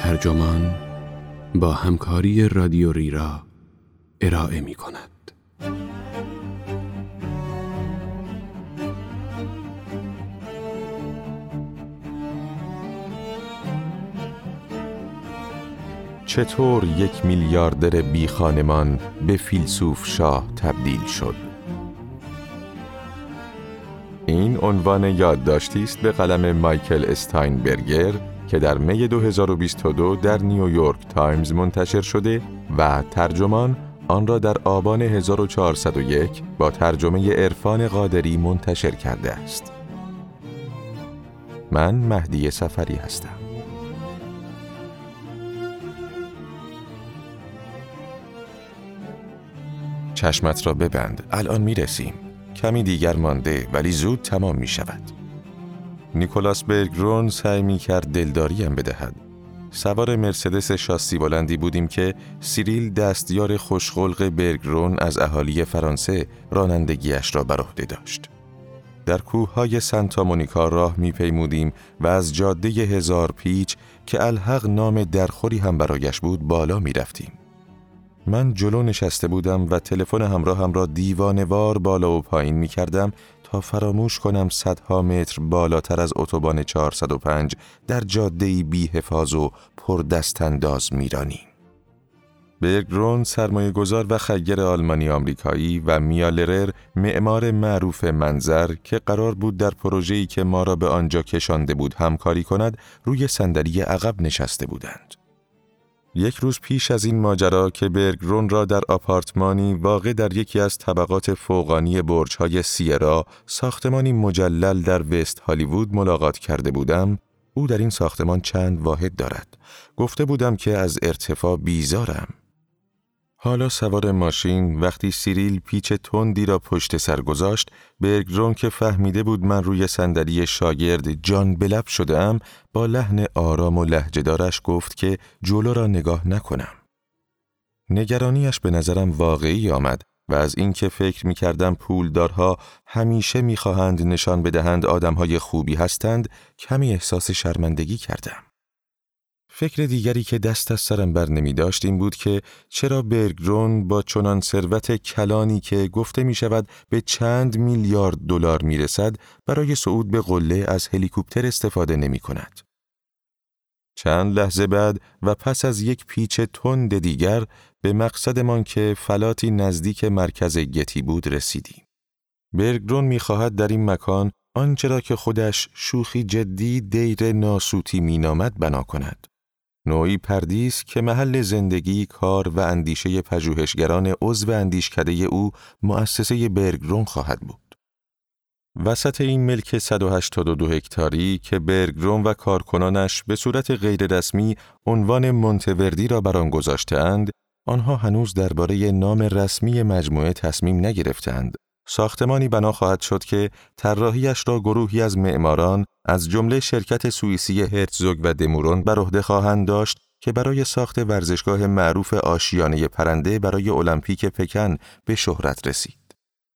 ترجمان با همکاری رادیو ریرا ارائه می کند. چطور یک میلیاردر بی خانمان به فیلسوف شاه تبدیل شد؟ این عنوان یادداشتی است به قلم مایکل استاینبرگر که در می 2022 در نیویورک تایمز منتشر شده و ترجمان آن را در آبان 1401 با ترجمه عرفان قادری منتشر کرده است. من مهدی صفری هستم. چشمت را ببند، الان میرسیم. کمی دیگر مانده ولی زود تمام می شود. نیکولاس برگرون سعی می کرد دلداریم بدهد. سوار مرسدس شاسی بلندی بودیم که سیریل دستیار خوشخلق برگرون از اهالی فرانسه رانندگیش را بر عهده داشت. در کوههای سانتا مونیکا راه می پیمودیم و از جاده هزار پیچ که الحق نام درخوری هم برایش بود بالا می رفتیم. من جلو نشسته بودم و تلفن همراهم را دیوانه‌وار بالا و پایین می کردم تا فراموش کنم صدها متر بالاتر از اتوبان 405 در جاده‌ای بی حفاظ و پر دستانداز میرانیم. برگرون سرمایه‌گذار و خیر آلمانی آمریکایی و میا لرر معمار معروف منظر که قرار بود در پروژه‌ای که ما را به آنجا کشانده بود همکاری کند روی صندلی عقب نشسته بودند. یک روز پیش از این ماجرا که برگرون را در آپارتمانی واقع در یکی از طبقات فوقانی برج‌های سیرا، ساختمانی مجلل در وست هالیوود ملاقات کرده بودم، او در این ساختمان چند واحد دارد. گفته بودم که از ارتفاع بیزارم. حالا سوار ماشین وقتی سیریل پیچ تندی را پشت سر گذاشت، برگرون که فهمیده بود من روی صندلی شاگرد جان به لب شده‌ام با لحن آرام و لهجه‌دارش گفت که جلو را نگاه نکنم. نگرانیش به نظرم واقعی آمد و از اینکه فکر می‌کردم پولدارها همیشه می‌خواهند نشان بدهند آدم‌های خوبی هستند کمی احساس شرمندگی کردم. فکر دیگری که دست از سرم بر نمی داشت این بود که چرا برگرون با چنان ثروت کلانی که گفته می شود به چند میلیارد دلار می رسد برای صعود به قله از هلیکوپتر استفاده نمی کند. چند لحظه بعد و پس از یک پیچ تند دیگر به مقصدمان که فلاتی نزدیک مرکز گتی بود رسیدیم. برگرون می خواهد در این مکان آنچه را که خودش شوخی جدی دیر ناسوتی می نامد بنا کند. نوعی پردیس که محل زندگی، کار و اندیشه پژوهشگران عضو اندیشکده او مؤسسه برگرون خواهد بود. وسط این ملک 182 هکتاری که برگرون و کارکنانش به صورت غیر رسمی عنوان مونتوردی را بر آن گذاشته‌اند، آنها هنوز درباره نام رسمی مجموعه تصمیم نگرفتند. ساختمانی بنا خواهد شد که طراحیش را گروهی از معماران از جمله شرکت سوئیسی هرتزوگ و دمورون بر عهده خواهند داشت که برای ساخت ورزشگاه معروف آشیانه پرنده برای المپیک پکن به شهرت رسید.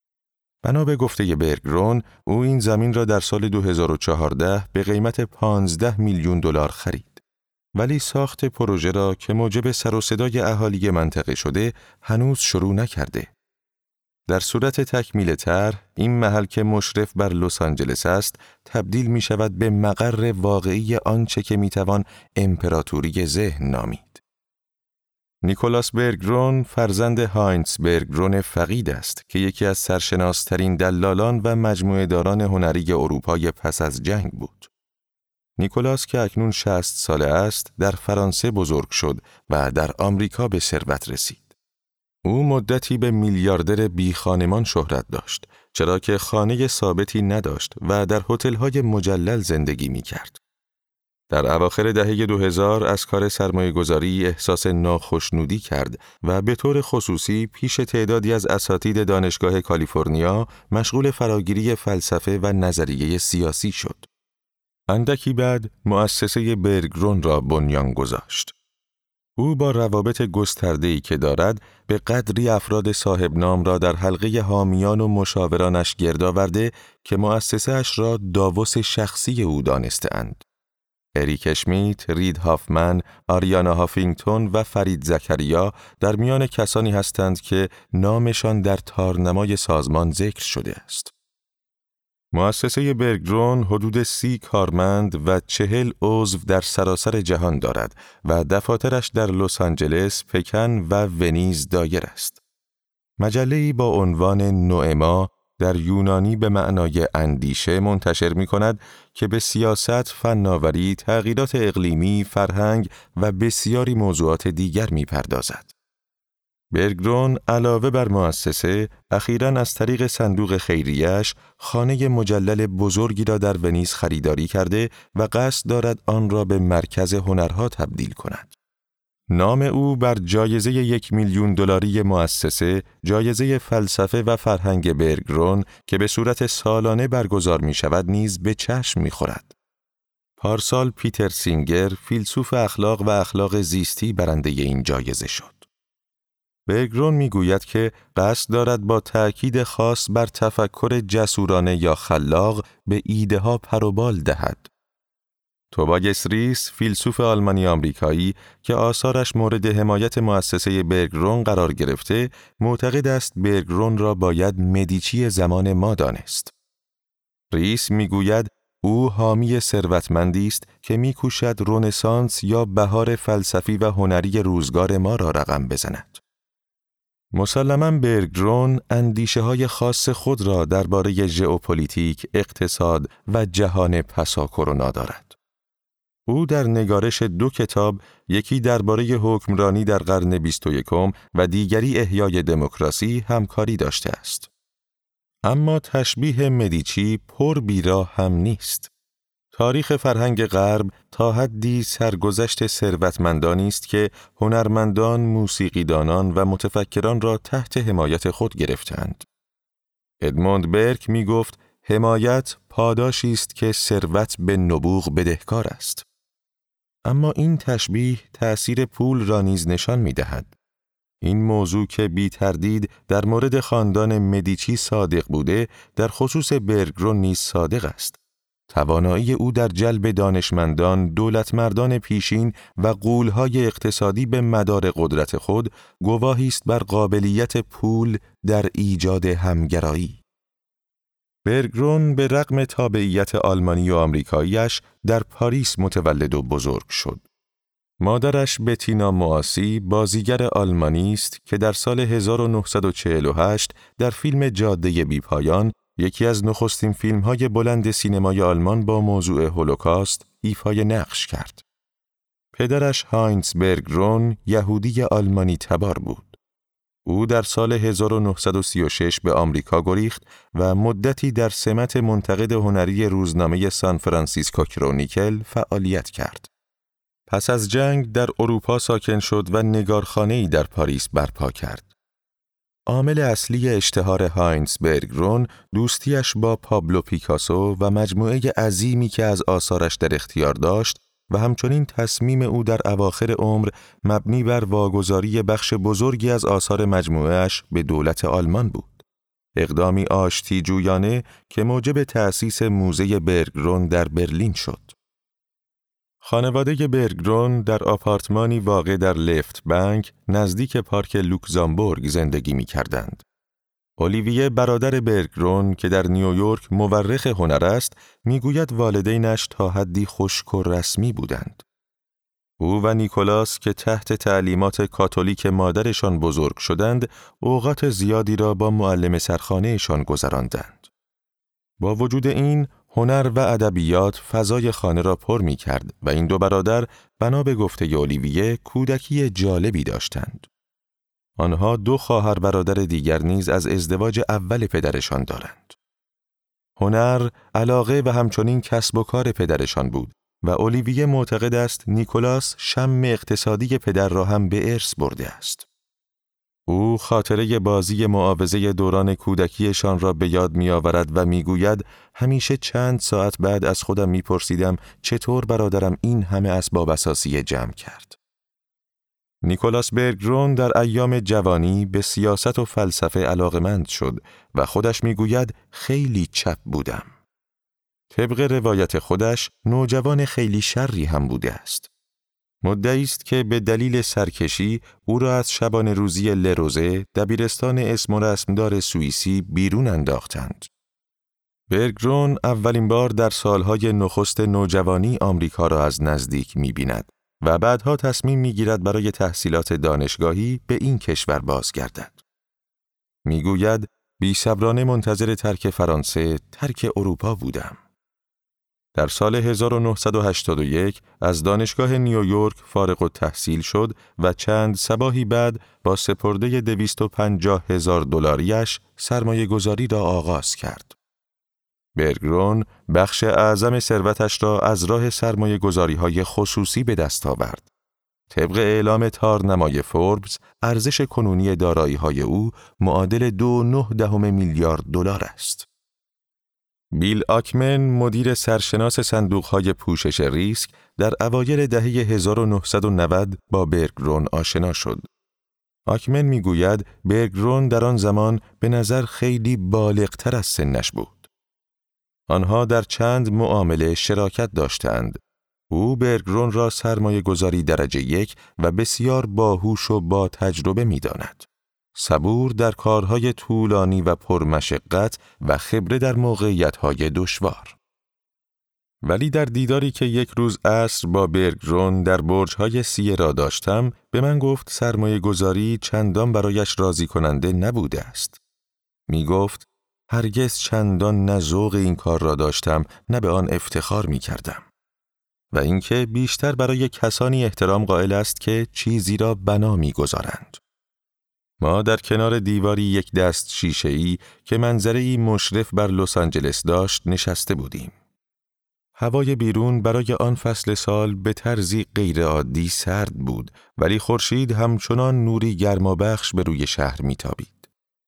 بنا به گفته برگرون، او این زمین را در سال 2014 به قیمت 15 میلیون دلار خرید. ولی ساخت پروژه را که موجب سر و صدای اهالی منطقه شده، هنوز شروع نکرده. در صورت تکمیل طرح، این محل که مشرف بر لس آنجلس است، تبدیل می شود به مقر واقعی آنچه که می توان امپراتوری ذهن نامید. نیکولاس برگرون فرزند هاینز برگرون فقید است که یکی از سرشناسترین دلالان و مجموعه داران هنری اروپای پس از جنگ بود. نیکولاس که اکنون 60 ساله است، در فرانسه بزرگ شد و در آمریکا به ثروت رسید. او مدتی به میلیاردر بی خانمان شهرت داشت، چرا که خانه ثابتی نداشت و در هتل‌های مجلل زندگی می‌کرد. در اواخر دهه 2000 از کار سرمایه‌گذاری احساس ناخشنودی کرد و به طور خصوصی پیش تعدادی از اساتید دانشگاه کالیفرنیا مشغول فراگیری فلسفه و نظریه سیاسی شد. اندکی بعد مؤسسه برگرون را بنیان گذاشت. او با روابط گسترده‌ای که دارد به قدری افراد صاحب نام را در حلقه حامیان و مشاورانش گرد آورده که مؤسسه‌اش را داووس شخصی او دانسته‌اند. اریک اشمیت، رید هافمن، آریانا هافینگتون و فرید زکریا در میان کسانی هستند که نامشان در تارنمای سازمان ذکر شده است. مؤسسه برگرون حدود 30 کارمند و 40 عضو در سراسر جهان دارد و دفاترش در لس آنجلس، پکن و ونیز دایر است. مجله‌ای با عنوان نوئما در یونانی به معنای اندیشه منتشر می کند که به سیاست، فناوری، تغییرات اقلیمی، فرهنگ و بسیاری موضوعات دیگر می پردازد. برگرون علاوه بر مؤسسه، اخیراً از طریق صندوق خیریه‌اش خانه مجلل بزرگی را در ونیز خریداری کرده و قصد دارد آن را به مرکز هنرها تبدیل کند. نام او بر جایزه $1,000,000 مؤسسه، جایزه فلسفه و فرهنگ برگرون که به صورت سالانه برگزار می شود نیز به چشم می خورد. پارسال پیتر سینگر، فیلسوف اخلاق و اخلاق زیستی برنده این جایزه شد. برگرون می گوید که قصد دارد با تأکید خاص بر تفکر جسورانه یا خلاق به ایده ها پر و بال دهد. توباگس ریس، فیلسوف آلمانی آمریکایی که آثارش مورد حمایت مؤسسه برگرون قرار گرفته، معتقد است برگرون را باید مدیچی زمان ما دانست. ریس میگوید او حامی ثروتمندی است که میکوشد رنسانس یا بهار فلسفی و هنری روزگار ما را رقم بزند. مسلماً برگرون اندیشه‌های خاص خود را درباره ژئوپلیتیک، اقتصاد و جهان پسا کرونا دارد. او در نگارش 2 کتاب، یکی درباره حکمرانی در قرن 21 و دیگری احیای دموکراسی همکاری داشته است. اما تشبیه مدیچی پر بیراه هم نیست. تاریخ فرهنگ غرب تا حدی سرگذشت ثروتمندانی است که هنرمندان، موسیقیدانان و متفکران را تحت حمایت خود گرفتند. ادموند برک می گفت حمایت پاداشی است که ثروت به نبوغ بدهکار است. اما این تشبیه تأثیر پول را نیز نشان می دهد. این موضوع که بی تردید در مورد خاندان مدیچی صادق بوده، در خصوص برگرون نیز صادق است. توانایی او در جلب دانشمندان، دولتمردان پیشین و غول‌های اقتصادی به مدار قدرت خود گواهی است بر قابلیت پول در ایجاد همگرایی. برگرون به رغم تابعیت آلمانی و آمریکاییش در پاریس متولد و بزرگ شد. مادرش بتینا مواسی بازیگر آلمانی است که در سال 1948 در فیلم جاده بی‌پایان، یکی از نخستین فیلم‌های بلند سینمای آلمان با موضوع هولوکاست، ایفای نقش کرد. پدرش هاینز برگرون یهودی آلمانی تبار بود. او در سال 1936 به آمریکا گریخت و مدتی در سمت منتقد هنری روزنامه سان فرانسیسکو کرونیکل فعالیت کرد. پس از جنگ در اروپا ساکن شد و نگارخانه‌ای در پاریس برپا کرد. عامل اصلی اشتهار هاینز برگرون دوستیش با پابلو پیکاسو و مجموعه عظیمی که از آثارش در اختیار داشت و همچنین تصمیم او در اواخر عمر مبنی بر واگذاری بخش بزرگی از آثار مجموعه‌اش به دولت آلمان بود. اقدامی آشتی جویانه که موجب تأسیس موزه برگرون در برلین شد. خانواده برگرون در آپارتمانی واقع در لفت بانک نزدیک پارک لوکزامبورگ زندگی می کردند. اولیویه برادر برگرون که در نیویورک مورخ هنر است، میگوید والدینش تا حدی خشک و رسمی بودند. او و نیکولاس که تحت تعلیمات کاتولیک مادرشان بزرگ شدند، اوقات زیادی را با معلم سرخانه‌شان گذراندند. با وجود این، هنر و ادبیات فضای خانه را پر می کرد و این 2 برادر بنا به گفته اولیویه کودکی جالبی داشتند. آنها 2 خواهر برادر دیگر نیز از ازدواج اول پدرشان دارند. هنر، علاقه و همچنین کسب و کار پدرشان بود و اولیویه معتقد است نیکولاس شم اقتصادی پدر را هم به ارث برده است. او خاطره بازی معاوضه دوران کودکیشان را به یاد می آورد و می گوید همیشه چند ساعت بعد از خودم می پرسیدم چطور برادرم این همه اسباب اساسی جمع کرد. نیکولاس برگرون در ایام جوانی به سیاست و فلسفه علاقه‌مند شد و خودش می گوید خیلی چپ بودم. طبق روایت خودش نوجوان خیلی شری هم بوده است. مدعی است که به دلیل سرکشی او را از شبانه روزی لروزه، دبیرستان اسم و رسمدار سوئیسی، بیرون انداختند. برگرون اولین بار در سالهای نخست نوجوانی آمریکا را از نزدیک می‌بیند و بعدها تصمیم می‌گیرد برای تحصیلات دانشگاهی به این کشور بازگردد. می‌گوید بی‌صبرانه منتظر ترک فرانسه، ترک اروپا بودم. در سال 1981 از دانشگاه نیویورک فارغ التحصیل شد و چند صباحی بعد با سپرده $250,000 سرمایه گذاری را آغاز کرد. برگرون بخش اعظم ثروتش را از راه سرمایه گذاری‌های خصوصی به دست آورد. طبق اعلام تارنمای فوربس، ارزش کنونی دارایی‌های او معادل $2.9 میلیارد است. بیل آکمن، مدیر سرشناس صندوق‌های پوشش ریسک، در اوایل دهه 1990 با برگرون آشنا شد. آکمن می‌گوید برگرون در آن زمان به نظر خیلی بالغ‌تر از سنش بود. آنها در چند معامله شراکت داشتند. او برگرون را سرمایه گذاری درجه 1 و بسیار باهوش و با تجربه می‌داند. صبور در کارهای طولانی و پرمشقت و خبره در موقعیت‌های دشوار. ولی در دیداری که یک روز عصر با برگرون در برج‌های سیرا داشتم، به من گفت سرمایه گذاری چندان برایش راضی کننده نبوده است. می گفت هرگز چندان نه ذوق این کار را داشتم، نه به آن افتخار می کردم. و اینکه بیشتر برای کسانی احترام قائل است که چیزی را بنا می گذارند. ما در کنار دیواری یک دست شیشه‌ای که منظره‌ای مشرف بر لس آنجلس داشت نشسته بودیم. هوای بیرون برای آن فصل سال به طرزی غیرعادی سرد بود، ولی خورشید همچنان نوری گرمابخش به روی شهر میتابید.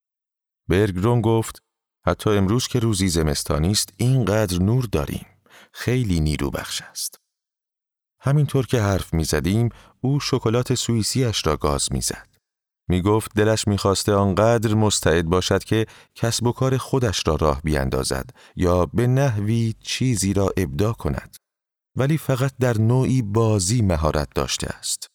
برگرون گفت حتی امروز که روزی زمستانی است اینقدر نور داریم. خیلی نیرو بخش است. همینطور که حرف میزدیم او شکلات سوئیسی‌اش را گاز میزد. می گفت دلش می خواسته آنقدر مستعد باشد که کسب و کار خودش را راه بیاندازد یا به نحوی چیزی را ابداع کند، ولی فقط در نوعی بازی مهارت داشته است.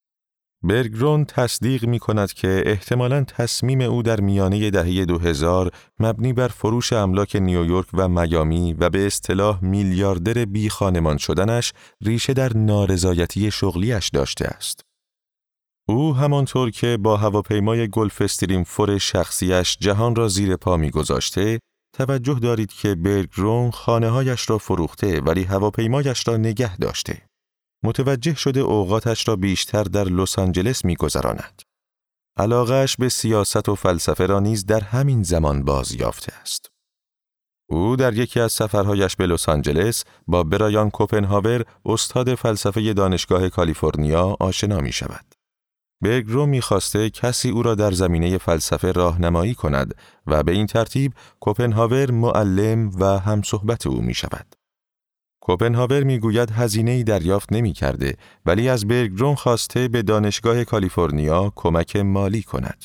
برگرون تصدیق می کند که احتمالاً تصمیم او در میانه دهه 2000 مبنی بر فروش املاک نیویورک و میامی و به اصطلاح میلیاردر بی خانمان شدنش ریشه در نارضایتی شغلیش داشته است. او همانطور که با هواپیمای گلف استریم فور شخصیش جهان را زیر پا می‌گذاشته، توجه دارید که برگرون خانه‌هایش را فروخته ولی هواپیمایش را نگه داشته. متوجه شده اوقاتش را بیشتر در لس آنجلس می‌گذراند. علاقه‌اش به سیاست و فلسفه را نیز در همین زمان بازیافته است. او در یکی از سفرهایش به لس آنجلس با برایان کوپنهاور، استاد فلسفه دانشگاه کالیفرنیا، آشنا می‌شود. برگرون می‌خواسته کسی او را در زمینه فلسفه راهنمایی کند و به این ترتیب کوپنهاور معلم و همصحبت او می‌شود. کوپنهاور می‌گوید هزینه‌ای دریافت نمی‌کرده ولی از برگرون خواسته به دانشگاه کالیفرنیا کمک مالی کند.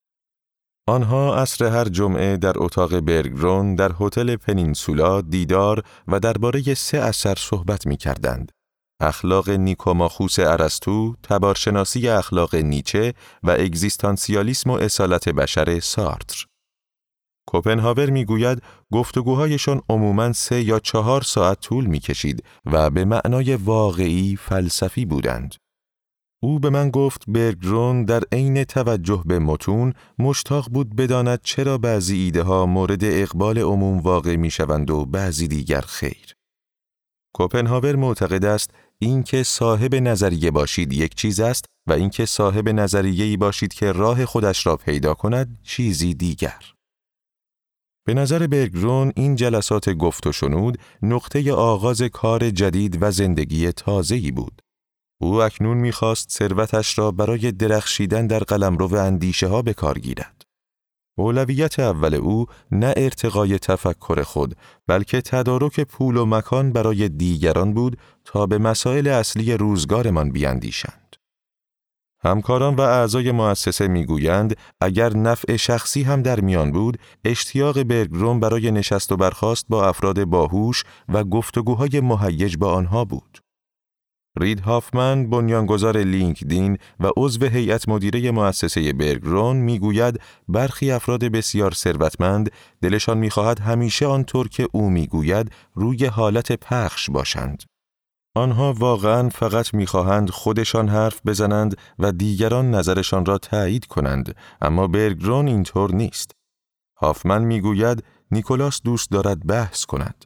آنها عصر هر جمعه در اتاق برگرون در هتل پنینسولا دیدار و درباره 3 اثر صحبت می‌کردند: اخلاق نیکوماخوس ارسطو، تبارشناسی اخلاق نیچه و اگزیستانسیالیسم و اصالت بشر سارتر. کوپنهاور میگوید گفتگوهایشان عموماً 3 یا 4 ساعت طول میکشید و به معنای واقعی فلسفی بودند. او به من گفت برگرون در عین توجه به متون مشتاق بود بداند چرا بعضی ایده ها مورد اقبال عموم واقع میشوند و بعضی دیگر خیر. کوپنهاور معتقد است اینکه صاحب نظریه باشید یک چیز است و اینکه صاحب نظریه‌ای باشید که راه خودش را پیدا کند چیزی دیگر. به نظر برگرون این جلسات گفت و شنود نقطه آغاز کار جدید و زندگی تازه‌ای بود. او اکنون می‌خواست ثروتش را برای درخشیدن در قلمرو اندیشه‌ها به کار گیرد. اولویت اول او نه ارتقای تفکر خود بلکه تدارک پول و مکان برای دیگران بود تا به مسائل اصلی روزگارمان بیاندیشند. همکاران و اعضای مؤسسه میگویند اگر نفع شخصی هم در میان بود، اشتیاق برگرون برای نشست و برخاست با افراد باهوش و گفتگوهای مهیج با آنها بود. رید هافمن، بنیانگذار لینکدین و عضو هیئت مدیره مؤسسه برگرون میگوید برخی افراد بسیار ثروتمند دلشان میخواهد همیشه آنطور که او میگوید روی حالت پخش باشند. آنها واقعاً فقط می‌خواهند خودشان حرف بزنند و دیگران نظرشان را تایید کنند، اما برگرون اینطور نیست. هافمن میگوید نیکولاس دوست دارد بحث کند.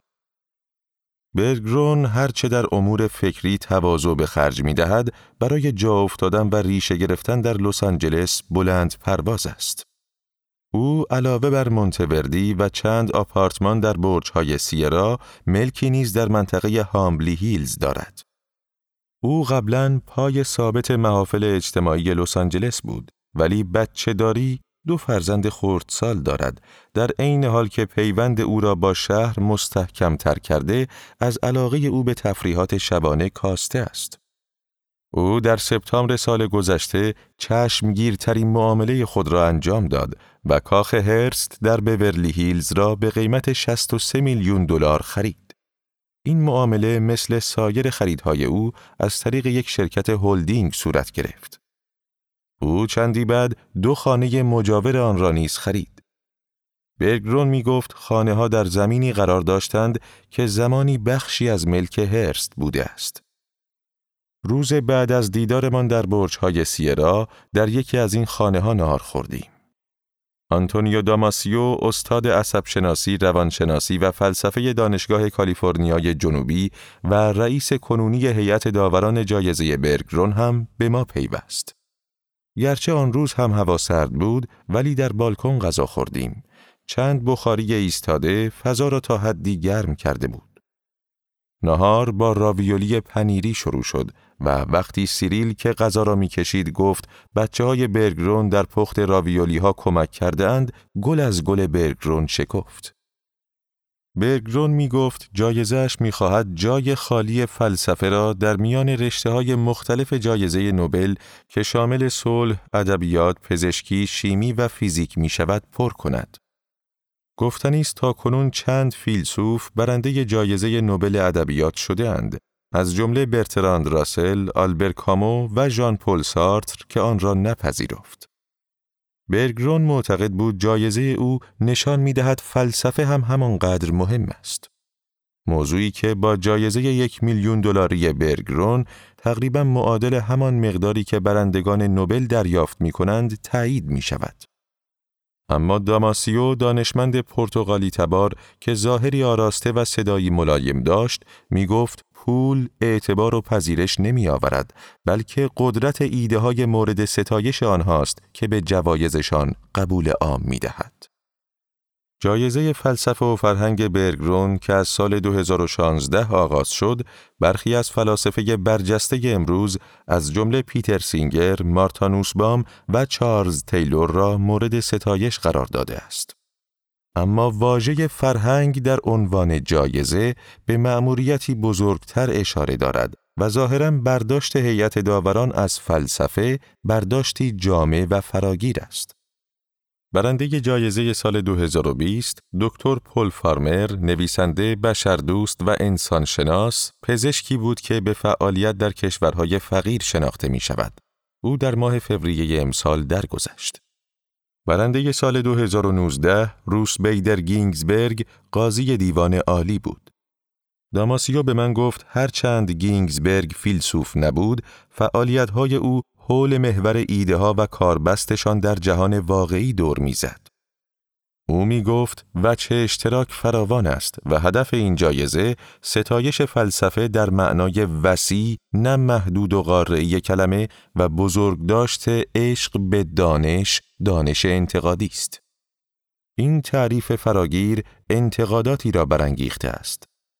برگرون هرچه در امور فکری تواضع به خرج می‌دهد، برای جا افتادن و ریشه گرفتن در لس آنجلس بلند پرواز است. او علاوه بر مونتوردی و چند آپارتمان در برج‌های سیرا، ملکی نیز در منطقه هامبلی هیلز دارد. او قبلاً پای ثابت محافل اجتماعی لس آنجلس بود، ولی بچه‌داری 2 فرزند خردسال دارد، در عین حال که پیوند او را با شهر مستحکم تر کرده، از علاقه او به تفریحات شبانه کاسته است. او در سپتامبر سال گذشته چشمگیرترین معامله خود را انجام داد و کاخ هرست در بیورلی هیلز را به قیمت 63 میلیون دلار خرید. این معامله مثل سایر خریدهای او از طریق یک شرکت هلدینگ صورت گرفت. او چندی بعد 2 خانه مجاور آن را نیز خرید. برگرون می گفت خانه ها در زمینی قرار داشتند که زمانی بخشی از ملک هرست بوده است. روز بعد از دیدارمان در برج‌های سیرا در یکی از این خانه‌ها نهار خوردیم. آنتونیو داماسیو، استاد عصب‌شناسی، روانشناسی و فلسفه دانشگاه کالیفرنیای جنوبی و رئیس کنونی هیئت داوران جایزه برگرون هم به ما پیوست. گرچه آن روز هم هوا سرد بود، ولی در بالکن غذا خوردیم. چند بخاری ایستاده فضا را تا حدی گرم کرده بود. نهار با راویولی پنیری شروع شد و وقتی سیریل که غذا را می‌کشید گفت بچه‌های برگرون در پخت راویولی ها کمک کرده اند، گل از گل برگرون شکفت. برگرون میگفت جایزه‌اش می‌خواهد جای خالی فلسفه را در میان رشته‌های مختلف جایزه نوبل که شامل صلح، ادبیات، پزشکی، شیمی و فیزیک می‌شود پر کند. گفتنی است تا کنون چند فیلسوف برنده جایزه نوبل ادبیات شده اند، از جمله برتراند راسل، آلبر کامو و ژان پل سارتر که آن را نپذیرفت. برگرون معتقد بود جایزه او نشان می‌دهد فلسفه هم همانقدر مهم است. موضوعی که با جایزه 1 میلیون دلاری برگرون تقریباً معادل همان مقداری که برندگان نوبل دریافت می‌کنند تایید می‌شود. اما داماسیو، دانشمند پرتغالی تبار که ظاهری آراسته و صدایی ملایم داشت، می گفت پول اعتبار و پذیرش نمی آورد، بلکه قدرت ایده های مورد ستایش آنهاست که به جوایزشان قبول عام می دهد. جایزه فلسفه و فرهنگ برگرون که از سال 2016 آغاز شد، برخی از فلاسفه برجسته امروز از جمله پیتر سینگر، مارتا نوسبام و چارلز تیلور را مورد ستایش قرار داده است. اما واژه فرهنگ در عنوان جایزه به مأموریتی بزرگتر اشاره دارد و ظاهراً برداشت هیئت داوران از فلسفه برداشتی جامع و فراگیر است. برنده جایزه سال 2020 دکتر پل فارمر، نویسنده، بشردوست و انسانشناس، پزشکی بود که به فعالیت در کشورهای فقیر شناخته می شود. او در ماه فوریه امسال درگذشت. برنده سال 2019 روس بیدر گینگزبرگ، قاضی دیوان عالی بود. داماسیو به من گفت هرچند گینگزبرگ فیلسوف نبود، فعالیت‌های او حول محور ایده ها و کاربستشان در جهان واقعی دور میزد. او می گفت وجه اشتراک فراوان است و هدف این جایزه ستایش فلسفه در معنای وسیع، نه محدود و قاره‌ای کلمه و بزرگداشت عشق به دانش انتقادی است. این تعریف فراگیر انتقاداتی را برانگیخته است.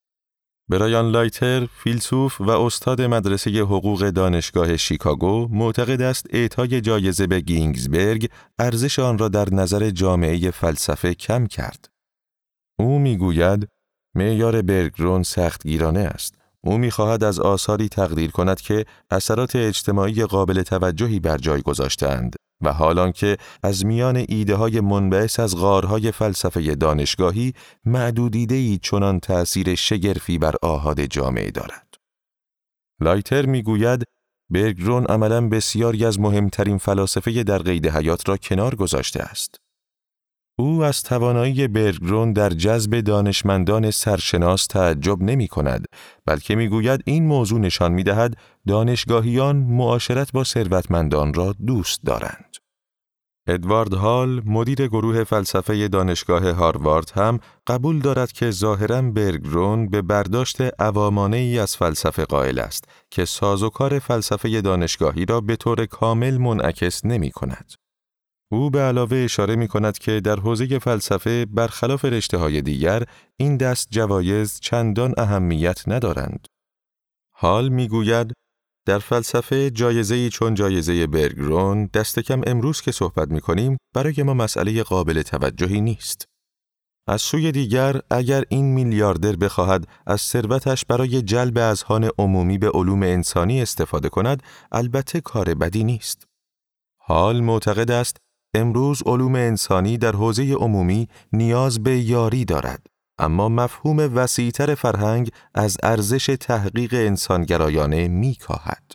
برایان لایتر، فیلسوف و استاد مدرسه حقوق دانشگاه شیکاگو، معتقد است اعطای جایزه به گینگزبرگ ارزش آن را در نظر جامعه فلسفه کم کرد. او میگوید معیار برگرون سختگیرانه است. او می‌خواهد از آثاری تقدیر کند که اثرات اجتماعی قابل توجهی بر جای گذاشته‌اند و حالان که از میان ایده‌های منبعث از غارهای فلسفه دانشگاهی معدودیده‌ای چنان تأثیر شگرفی بر آحاد جامعه دارد. لایتر می‌گوید برگرون عملاً بسیاری از مهمترین فلاسفه در قید حیات را کنار گذاشته است. او از توانایی برگرون در جذب دانشمندان سرشناس تعجب نمی کند، بلکه می گوید این موضوع نشان می دهد دانشگاهیان معاشرت با ثروتمندان را دوست دارند. ادوارد هال، مدیر گروه فلسفه دانشگاه هاروارد هم قبول دارد که ظاهراً برگرون به برداشت عوامانه‌ای از فلسفه قائل است که سازوکار فلسفه دانشگاهی را به طور کامل منعکس نمی کند. او به علاوه اشاره می کند که در حوزه فلسفه برخلاف رشته‌های دیگر این دست جوایز چندان اهمیت ندارند. هال می گوید در فلسفه جایزه‌ای چون جایزه برگرون دست کم امروز که صحبت می کنیم برای ما مسئله قابل توجهی نیست. از سوی دیگر اگر این میلیاردر بخواهد از ثروتش برای جلب اذهان عمومی به علوم انسانی استفاده کند البته کار بدی نیست. هال معتقد است امروز علوم انسانی در حوزه عمومی نیاز به یاری دارد، اما مفهوم وسیع‌تر فرهنگ از ارزش تحقیق انسانگرایانه می‌کاهد.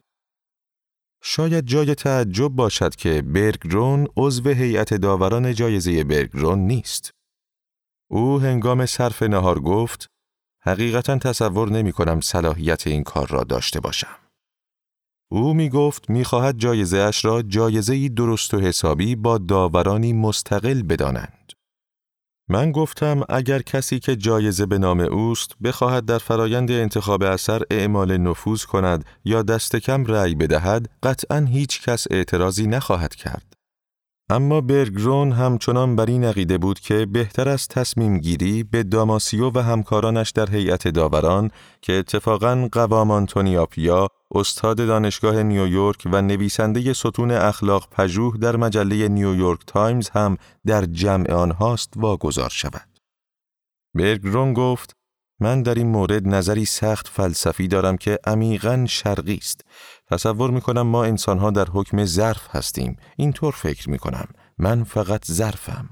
شاید جای تعجب باشد که برگرون عضو هیئت داوران جایزه برگرون نیست. او هنگام صرف نهار گفت: حقیقتاً تصور نمی‌کنم صلاحیت این کار را داشته باشم. او می گفت می خواهد جایزه اش را جایزه‌ای درست و حسابی با داورانی مستقل بدانند. من گفتم اگر کسی که جایزه به نام اوست بخواهد در فرایند انتخاب اثر اعمال نفوذ کند یا دست کم رأی بدهد قطعاً هیچ کس اعتراضی نخواهد کرد. اما برگرون همچنان بر این عقیده بود که بهتر از تصمیم گیری به داماسیو و همکارانش در هیئت داوران که اتفاقاً قوام آنتونیاپیا، استاد دانشگاه نیویورک و نویسنده ستون اخلاق پژوه در مجله نیویورک تایمز هم در جمع آنهاست واگذار شود. برگرون گفت: من در این مورد نظری سخت فلسفی دارم که عمیقاً شرقی است. تصور می‌کنم ما انسان‌ها در حکم ظرف هستیم. اینطور فکر می‌کنم. من فقط ظرفم.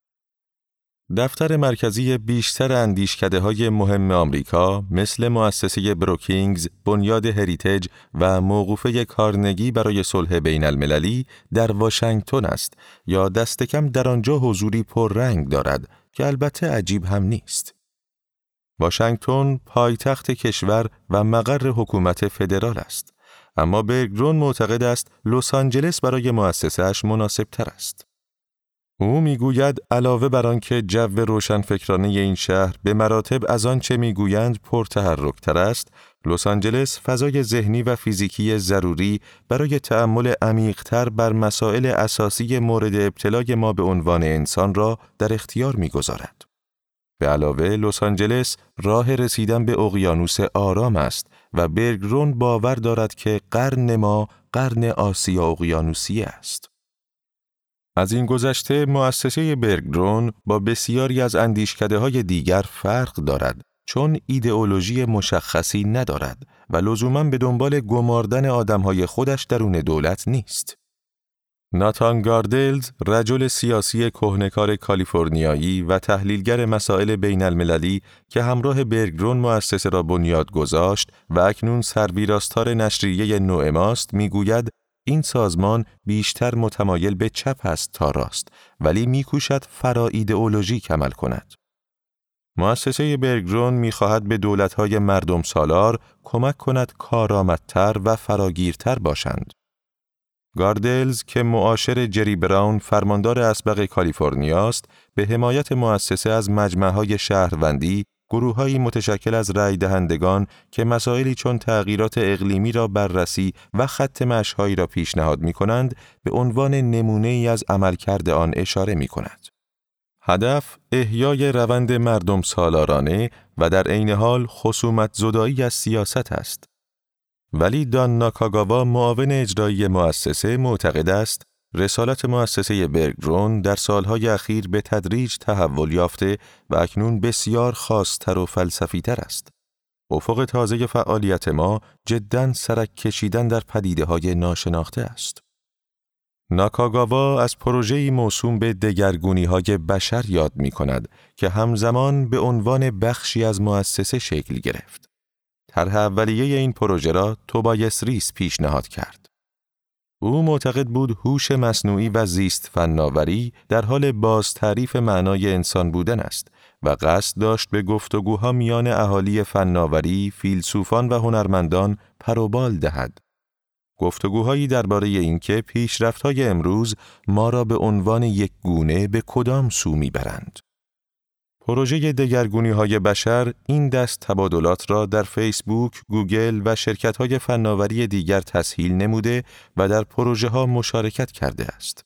دفتر مرکزی بیشتر اندیشکده‌های مهم آمریکا مثل مؤسسه بروکینگز، بنیاد هریتیج و موقوفه کارنگی برای صلح بین المللی در واشنگتن است یا دست کم در آنجا حضوری پررنگ دارد که البته عجیب هم نیست. واشنگتن پایتخت کشور و مقر حکومت فدرال است، اما برگرون معتقد است لس آنجلس برای مؤسسه‌اش مناسب‌تر است. او میگوید علاوه بر آنکه جو روشنفکرانه این شهر به مراتب از آنچه میگویند پرتحرک‌تر است، لس آنجلس فضای ذهنی و فیزیکی ضروری برای تأمل عمیق‌تر بر مسائل اساسی مورد ابتلای ما به عنوان انسان را در اختیار میگذارد. به علاوه لس آنجلس راه رسیدن به اقیانوس آرام است و برگرون باور دارد که قرن ما قرن آسیا اقیانوسی است. از این گذشته مؤسسه برگرون با بسیاری از اندیشکده‌های دیگر فرق دارد چون ایدئولوژی مشخصی ندارد و لزوماً به دنبال گماردن آدم‌های خودش درون دولت نیست. ناتان گاردلز، رجل سیاسی کهنه‌کار کالیفرنیایی و تحلیلگر مسائل بین المللی که همراه برگرون مؤسسه را بنیاد گذاشت و اکنون سرویراستار نشریه نوع ماست، میگوید این سازمان بیشتر متمایل به چپ است تا راست، ولی میکوشد فرا ایدئولوژیک عمل کند. مؤسسه برگرون میخواهد به دولت‌های مردم سالار کمک کند کارآمدتر و فراگیرتر باشند. گاردلز که معاشر جری براون فرماندار اسبق کالیفرنیا است، به حمایت مؤسسه از مجمع‌های شهروندی، گروه‌هایی متشکل از رای دهندگان که مسائلی چون تغییرات اقلیمی را بررسی و خط مشی‌هایی را پیشنهاد می‌کنند، به عنوان نمونه‌ای از عملکرد آن اشاره می‌کند. هدف احیای روند مردم سالارانه و در عین حال خصومت زدایی از سیاست است. ولی دان ناکاگاوا معاون اجرایی مؤسسه معتقد است رسالت مؤسسه برگرون در سالهای اخیر به تدریج تحول یافته و اکنون بسیار خاص‌تر و فلسفی‌تر است. افق تازه فعالیت ما جداً سرک کشیدن در پدیده‌های ناشناخته است. ناکاگاوا از پروژه‌ای موسوم به دگرگونی‌های بشر یاد می‌کند که همزمان به عنوان بخشی از مؤسسه شکل گرفت. طرح اولیه این پروژه را توبایس ریس پیشنهاد کرد. او معتقد بود هوش مصنوعی و زیست فناوری در حال باز تعریف معنای انسان بودن است و قصد داشت به گفتگوها میان اهالی فناوری، فیلسوفان و هنرمندان پروبال دهد. گفتگوهایی درباره اینکه پیشرفت‌های امروز ما را به عنوان یک گونه به کدام سو میبرند. پروژه دگرگونی‌های بشر این دست تبادلات را در فیسبوک، گوگل و شرکت‌های فناوری دیگر تسهیل نموده و در پروژه‌ها مشارکت کرده است.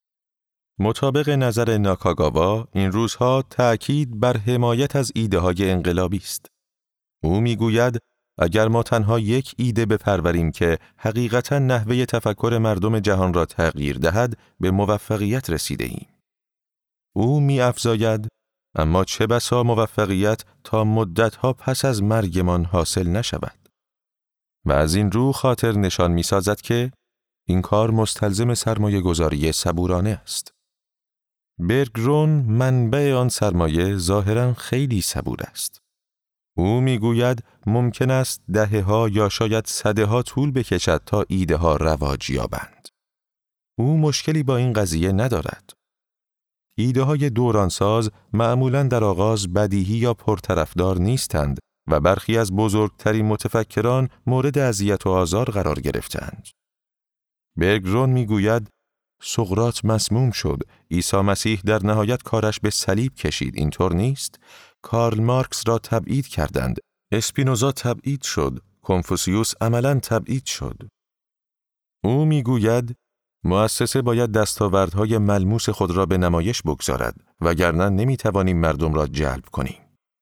مطابق نظر ناکاگاوا، این روزها تأکید بر حمایت از ایده‌های انقلابی است. او می‌گوید اگر ما تنها یک ایده بپروریم که حقیقتاً نحوه تفکر مردم جهان را تغییر دهد، به موفقیت رسیده ایم. او می‌افزاید اما چه بسا موفقیت تا مدتها پس از مرگمان حاصل نشود. و از این رو خاطر نشان می‌سازد که این کار مستلزم سرمایه گذاری صبورانه است. برگرون منبع آن سرمایه ظاهراً خیلی صبور است. او می‌گوید ممکن است دهه‌ها یا شاید سده‌ها طول بکشد تا ایده‌ها رواج یابند. او مشکلی با این قضیه ندارد. ایده‌های دورانساز معمولاً در آغاز بدیهی یا پرطرفدار نیستند و برخی از بزرگترین متفکران مورد اذیت و آزار قرار گرفتند. برگرون می‌گوید سقراط مسموم شد، عیسی مسیح در نهایت کارش به صلیب کشید، اینطور نیست؟ کارل مارکس را تبعید کردند، اسپینوزا تبعید شد، کنفوسیوس عملاً تبعید شد. او می‌گوید مؤسسه باید دستاوردهای ملموس خود را به نمایش بگذارد وگرنه نمی‌توانیم مردم را جلب کنیم.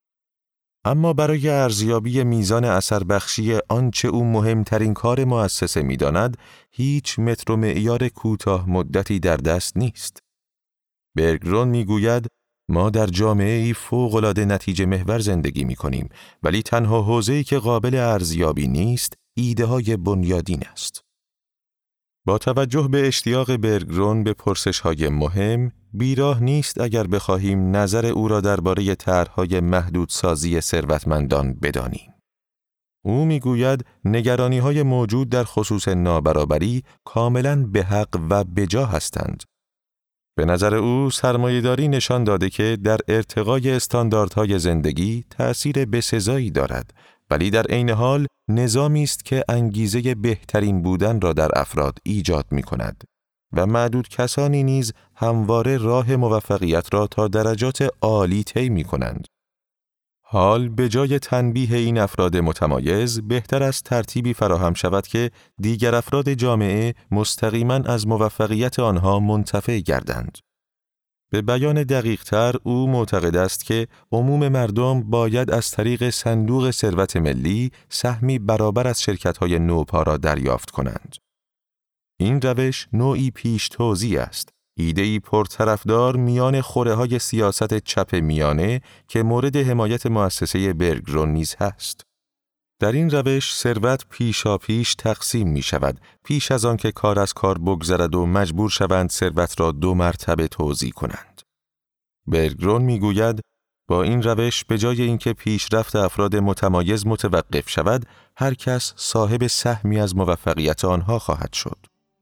اما برای ارزیابی میزان اثر بخشی آنچه او مهمترین کار مؤسسه می‌داند، هیچ متر و معیار کوتاه مدتی در دست نیست. برگرون می‌گوید ما در جامعه‌ای فوق‌العاده نتیجه محور زندگی می‌کنیم، ولی تنها حوزه‌ای که قابل ارزیابی نیست، ایده‌های بنیادین است. با توجه به اشتیاق برگرون به پرسش‌های مهم، بیراه نیست اگر بخواهیم نظر او را درباره طرح‌های محدودسازی ثروتمندان بدانیم. او می‌گوید نگرانی‌های موجود در خصوص نابرابری کاملاً به حق و بجا هستند. به نظر او سرمایه‌داری نشان داده که در ارتقای استانداردهای زندگی تأثیر بسزایی دارد، ولی در عین حال نظامی است که انگیزه بهترین بودن را در افراد ایجاد می‌کند و معدود کسانی نیز همواره راه موفقیت را تا درجات عالی طی می‌کنند. حال به جای تنبیه این افراد متمایز، بهتر است ترتیبی فراهم شود که دیگر افراد جامعه مستقیماً از موفقیت آنها منتفع گردند. به بیان دقیق‌تر او معتقد است که عموم مردم باید از طریق صندوق ثروت ملی سهمی برابر از شرکت‌های نوپا را دریافت کنند. این روش نوعی پیش توزیع است، ایده‌ای پرطرفدار میان خوره‌های سیاست چپ میانه که مورد حمایت مؤسسه برگرون نیز هست. در این روش ثروت پیشاپیش تقسیم می شود، پیش از آن که کار از کار بگذرد و مجبور شوند ثروت را 2 مرتبه توزیع کنند. برگرون می گوید با این روش به جای اینکه پیشرفت افراد متمایز متوقف شود، هر کس صاحب سهمی از موفقیت آنها خواهد شد.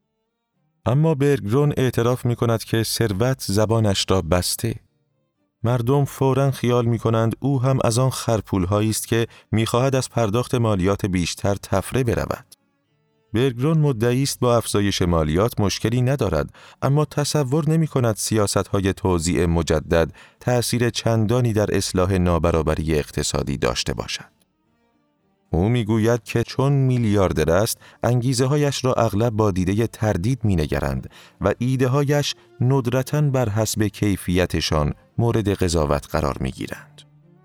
اما برگرون اعتراف می کند که ثروت زبانش را بسته. مردم فوراً خیال می کنند او هم از آن خرپول‌هایی است که می خواهد از پرداخت مالیات بیشتر تفره برود. برگرون مدعی است با افزایش مالیات مشکلی ندارد، اما تصور نمی کند سیاست‌های توزیع مجدد تأثیر چندانی در اصلاح نابرابری اقتصادی داشته باشد. او میگوید که چون میلیاردر است، انگیزه‌هایش را اغلب با دیده تردید می‌نگرند و ایده‌هایش ندرتاً بر حسب کیفیتشان مورد قضاوت قرار می‌گیرند.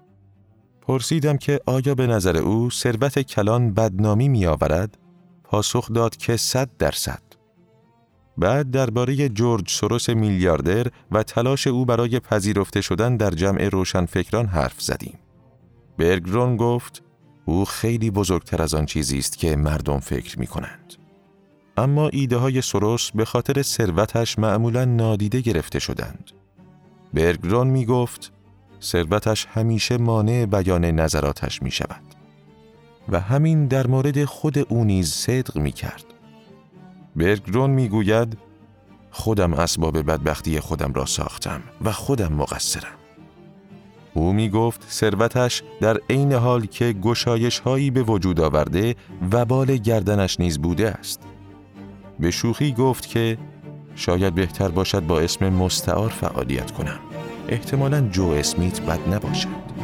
پرسیدم که آیا به نظر او ثروت کلان بدنامی می‌آورد؟ پاسخ داد که 100%. بعد درباره جورج سوروس میلیاردر و تلاش او برای پذیرفته شدن در جمع روشنفکران حرف زدیم. برگرون گفت او خیلی بزرگتر از آن چیزی است که مردم فکر می کنند. اما ایده های سوروس به خاطر ثروتش معمولاً نادیده گرفته شدند. برگرون می گفت ثروتش همیشه مانع بیان نظراتش می شود. و همین در مورد خود او نیز صدق می کرد. برگرون می گوید خودم اسباب بدبختی خودم را ساختم و خودم مقصرم. او می گفت ثروتش در عین حال که گشایش هایی به وجود آورده وبال گردنش نیز بوده است. به شوخی گفت که شاید بهتر باشد با اسم مستعار فعالیت کنم. احتمالاً جو اسمیت بد نباشد.